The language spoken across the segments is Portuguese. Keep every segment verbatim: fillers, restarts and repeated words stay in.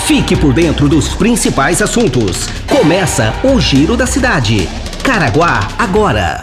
Fique por dentro dos principais assuntos. Começa o Giro da Cidade. Caraguá agora.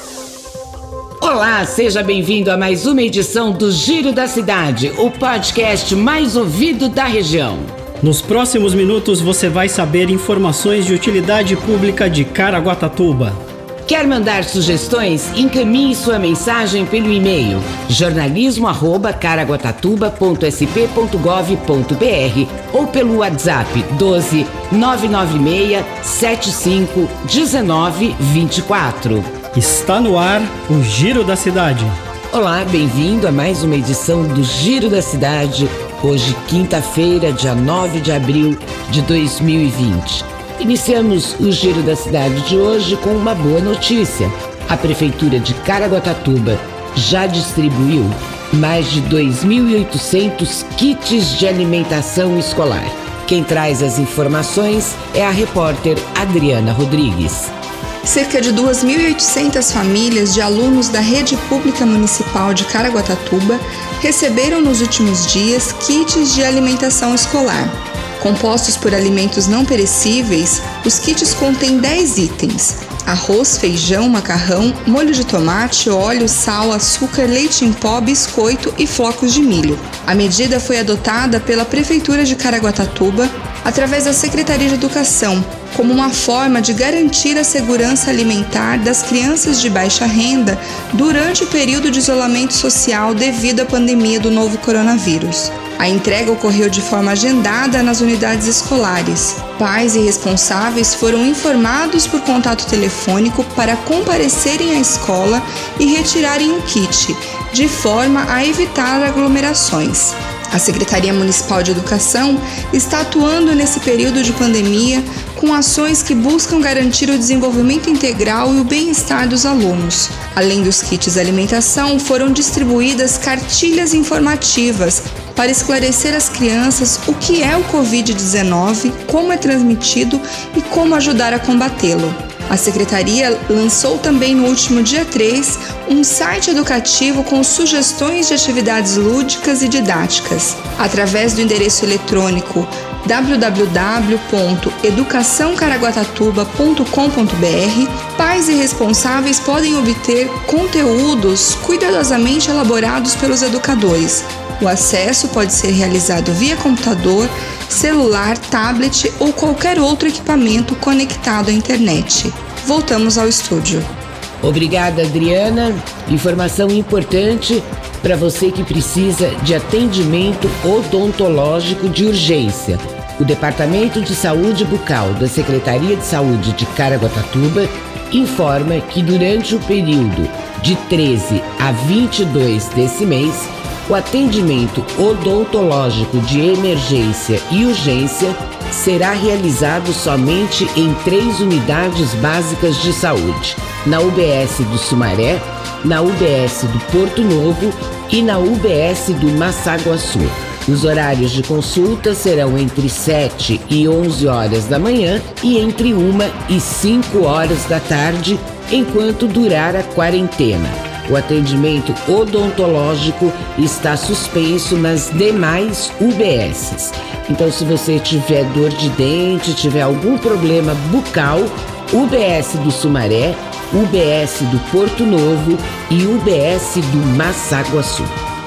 Olá, seja bem-vindo a mais uma edição do Giro da Cidade, o podcast mais ouvido da região. Nos próximos minutos você vai saber informações de utilidade pública de Caraguatatuba. Quer mandar sugestões? Encaminhe sua mensagem pelo e-mail jornalismo arroba caraguatatuba ponto s p ponto gov ponto b r ou pelo WhatsApp doze nove nove seis sete cinco um nove dois quatro. Está no ar o Giro da Cidade. Olá, bem-vindo a mais uma edição do Giro da Cidade. Hoje, quinta-feira, dia nove de abril de dois mil e vinte. Iniciamos o Giro da Cidade de hoje com uma boa notícia. A Prefeitura de Caraguatatuba já distribuiu mais de dois mil e oitocentos kits de alimentação escolar. Quem traz as informações é a repórter Adriana Rodrigues. Cerca de duas mil e oitocentas famílias de alunos da Rede Pública Municipal de Caraguatatuba receberam nos últimos dias kits de alimentação escolar. Compostos por alimentos não perecíveis, os kits contêm dez itens: arroz, feijão, macarrão, molho de tomate, óleo, sal, açúcar, leite em pó, biscoito e flocos de milho. A medida foi adotada pela Prefeitura de Caraguatatuba através da Secretaria de Educação, como uma forma de garantir a segurança alimentar das crianças de baixa renda durante o período de isolamento social devido à pandemia do novo coronavírus. A entrega ocorreu de forma agendada nas unidades escolares. Pais e responsáveis foram informados por contato telefônico para comparecerem à escola e retirarem o kit, de forma a evitar aglomerações. A Secretaria Municipal de Educação está atuando nesse período de pandemia com ações que buscam garantir o desenvolvimento integral e o bem-estar dos alunos. Além dos kits de alimentação, foram distribuídas cartilhas informativas para esclarecer às crianças o que é o covid dezenove, como é transmitido e como ajudar a combatê-lo. A Secretaria lançou também no último dia três um site educativo com sugestões de atividades lúdicas e didáticas. Através do endereço eletrônico w w w ponto educação caraguatatuba ponto com ponto b r, pais e responsáveis podem obter conteúdos cuidadosamente elaborados pelos educadores. O acesso pode ser realizado via computador, celular, tablet ou qualquer outro equipamento conectado à internet. Voltamos ao estúdio. Obrigada, Adriana. Informação importante para você que precisa de atendimento odontológico de urgência. O Departamento de Saúde Bucal da Secretaria de Saúde de Caraguatatuba informa que durante o período de treze a vinte e dois desse mês, o atendimento odontológico de emergência e urgência será realizado somente em três unidades básicas de saúde: na U B S do Sumaré, na U B S do Porto Novo e na U B S do Massaguaçu. Os horários de consulta serão entre sete e onze horas da manhã e entre uma e cinco horas da tarde, enquanto durar a quarentena. O atendimento odontológico está suspenso nas demais U B Ss. Então, se você tiver dor de dente, tiver algum problema bucal, U B S do Sumaré, U B S do Porto Novo e U B S do Massaguaçu.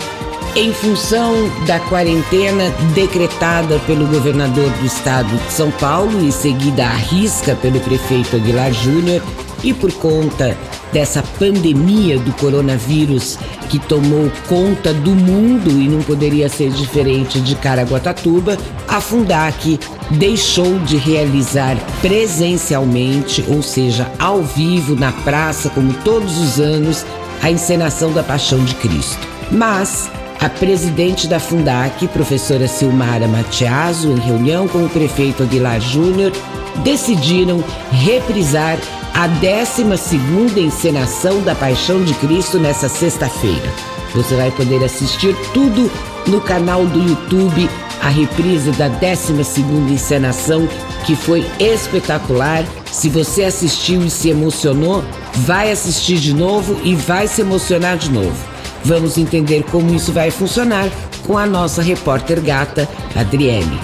Em função da quarentena decretada pelo governador do estado de São Paulo e seguida à risca pelo prefeito Aguilar Júnior, e por conta dessa pandemia do coronavírus que tomou conta do mundo e não poderia ser diferente de Caraguatatuba, a Fundac deixou de realizar presencialmente, ou seja, ao vivo, na praça, como todos os anos, a encenação da Paixão de Cristo. Mas a presidente da Fundac, professora Silmara Matiaso, em reunião com o prefeito Aguilar Júnior, decidiram reprisar a décima segunda encenação da Paixão de Cristo nessa sexta-feira. Você vai poder assistir tudo no canal do YouTube, a reprise da décima segunda encenação, que foi espetacular. Se você assistiu e se emocionou, vai assistir de novo e vai se emocionar de novo. Vamos entender como isso vai funcionar com a nossa repórter gata, Adriele.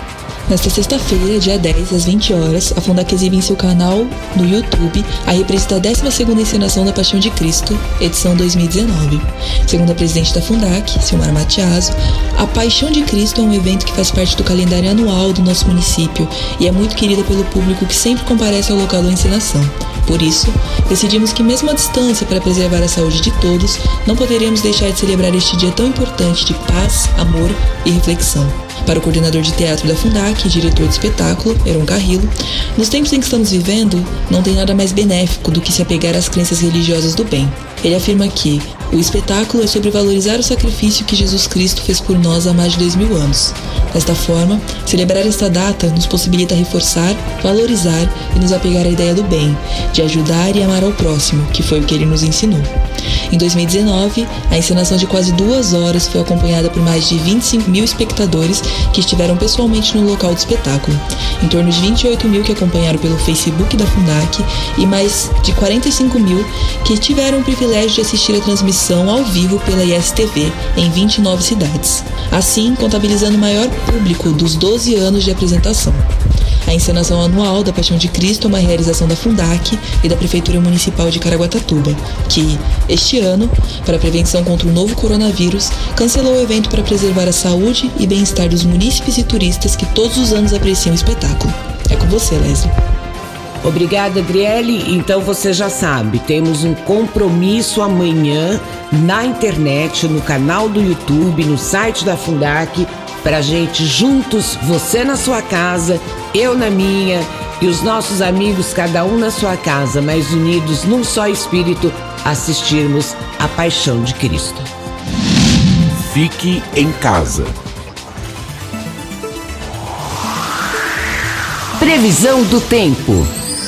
Nesta sexta-feira, dia dez, às vinte horas, a Fundac exibe em seu canal no YouTube a reprise da décima segunda encenação da Paixão de Cristo, edição dois mil e dezenove. Segundo a presidente da Fundac, Silmara Matiaso, a Paixão de Cristo é um evento que faz parte do calendário anual do nosso município e é muito querida pelo público que sempre comparece ao local da encenação. Por isso, decidimos que mesmo à distância, para preservar a saúde de todos, não poderíamos deixar de celebrar este dia tão importante de paz, amor e reflexão. Para o coordenador de teatro da Fundac e diretor de espetáculo, Heron Carrillo, nos tempos em que estamos vivendo, não tem nada mais benéfico do que se apegar às crenças religiosas do bem. Ele afirma que o espetáculo é sobre valorizar o sacrifício que Jesus Cristo fez por nós há mais de dois mil anos. Desta forma, celebrar esta data nos possibilita reforçar, valorizar e nos apegar à ideia do bem, de ajudar e amar ao próximo, que foi o que ele nos ensinou. Em dois mil e dezenove, a encenação de quase duas horas foi acompanhada por mais de vinte e cinco mil espectadores que estiveram pessoalmente no local do espetáculo, em torno de vinte e oito mil que acompanharam pelo Facebook da Fundac e mais de quarenta e cinco mil que tiveram o privilégio de assistir a transmissão ao vivo pela I S T V em vinte e nove cidades, assim contabilizando o maior público dos doze anos de apresentação. A encenação anual da Paixão de Cristo é uma realização da Fundac e da Prefeitura Municipal de Caraguatatuba, que, este ano, para a prevenção contra o novo coronavírus, cancelou o evento para preservar a saúde e bem-estar dos munícipes e turistas que todos os anos apreciam o espetáculo. É com você, Leslie. Obrigada, Adriele. Então você já sabe, temos um compromisso amanhã na internet, no canal do YouTube, no site da Fundac, pra gente juntos, você na sua casa, eu na minha e os nossos amigos, cada um na sua casa, mas unidos num só espírito, assistirmos a Paixão de Cristo. Fique em casa. Previsão do tempo.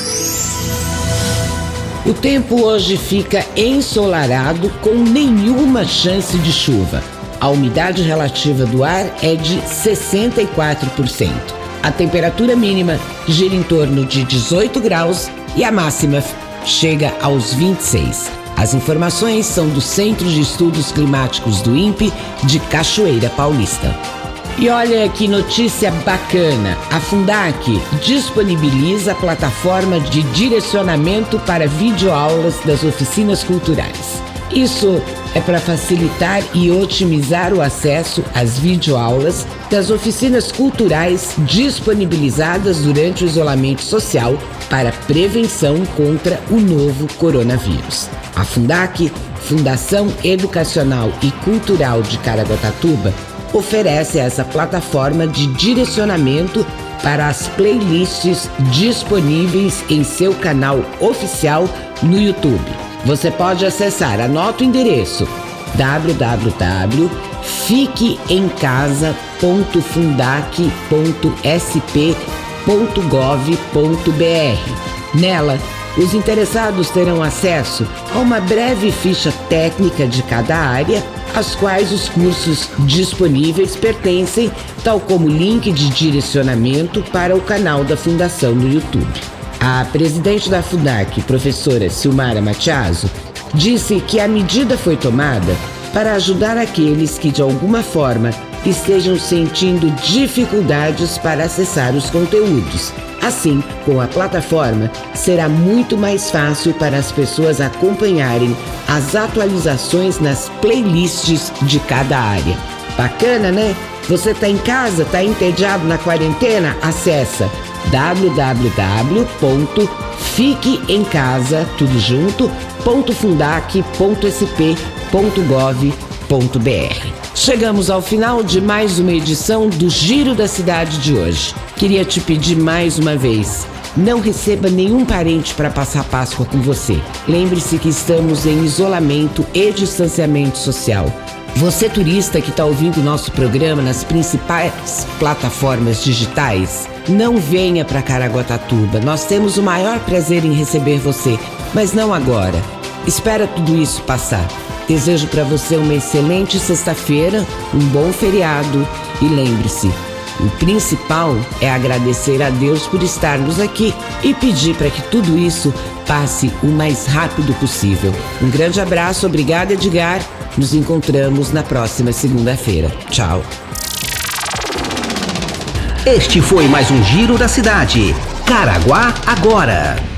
O tempo hoje fica ensolarado com nenhuma chance de chuva. A umidade relativa do ar é de sessenta e quatro por cento. A temperatura mínima gira em torno de dezoito graus e a máxima chega aos vinte e seis. As informações são do Centro de Estudos Climáticos do INPE de Cachoeira Paulista. E olha que notícia bacana! A Fundac disponibiliza a plataforma de direcionamento para videoaulas das oficinas culturais. Isso é para facilitar e otimizar o acesso às videoaulas das oficinas culturais disponibilizadas durante o isolamento social para prevenção contra o novo coronavírus. A Fundac, Fundação Educacional e Cultural de Caraguatatuba, oferece essa plataforma de direcionamento para as playlists disponíveis em seu canal oficial no YouTube. Você pode acessar, anota o endereço w w w ponto fique em casa ponto fundac ponto s p ponto gov ponto b r. Nela, os interessados terão acesso a uma breve ficha técnica de cada área, às quais os cursos disponíveis pertencem, tal como link de direcionamento para o canal da Fundação no YouTube. A presidente da Fundac, professora Silmara Matiaso, disse que a medida foi tomada para ajudar aqueles que de alguma forma estejam sentindo dificuldades para acessar os conteúdos. Assim, com a plataforma, será muito mais fácil para as pessoas acompanharem as atualizações nas playlists de cada área. Bacana, né? Você tá em casa, tá entediado na quarentena? Acessa w w w ponto fique em casa tudo junto ponto fundac ponto s p ponto gov ponto b r. Chegamos ao final de mais uma edição do Giro da Cidade de hoje. Queria te pedir mais uma vez, não receba nenhum parente para passar Páscoa com você. Lembre-se que estamos em isolamento e distanciamento social. Você turista que está ouvindo o nosso programa nas principais plataformas digitais, não venha para Caraguatatuba. Nós temos o maior prazer em receber você, mas não agora. Espera tudo isso passar. Desejo para você uma excelente sexta-feira, um bom feriado e lembre-se, o principal é agradecer a Deus por estarmos aqui e pedir para que tudo isso passe o mais rápido possível. Um grande abraço, obrigada, Edgar. Nos encontramos na próxima segunda-feira. Tchau. Este foi mais um Giro da Cidade. Caraguá Agora.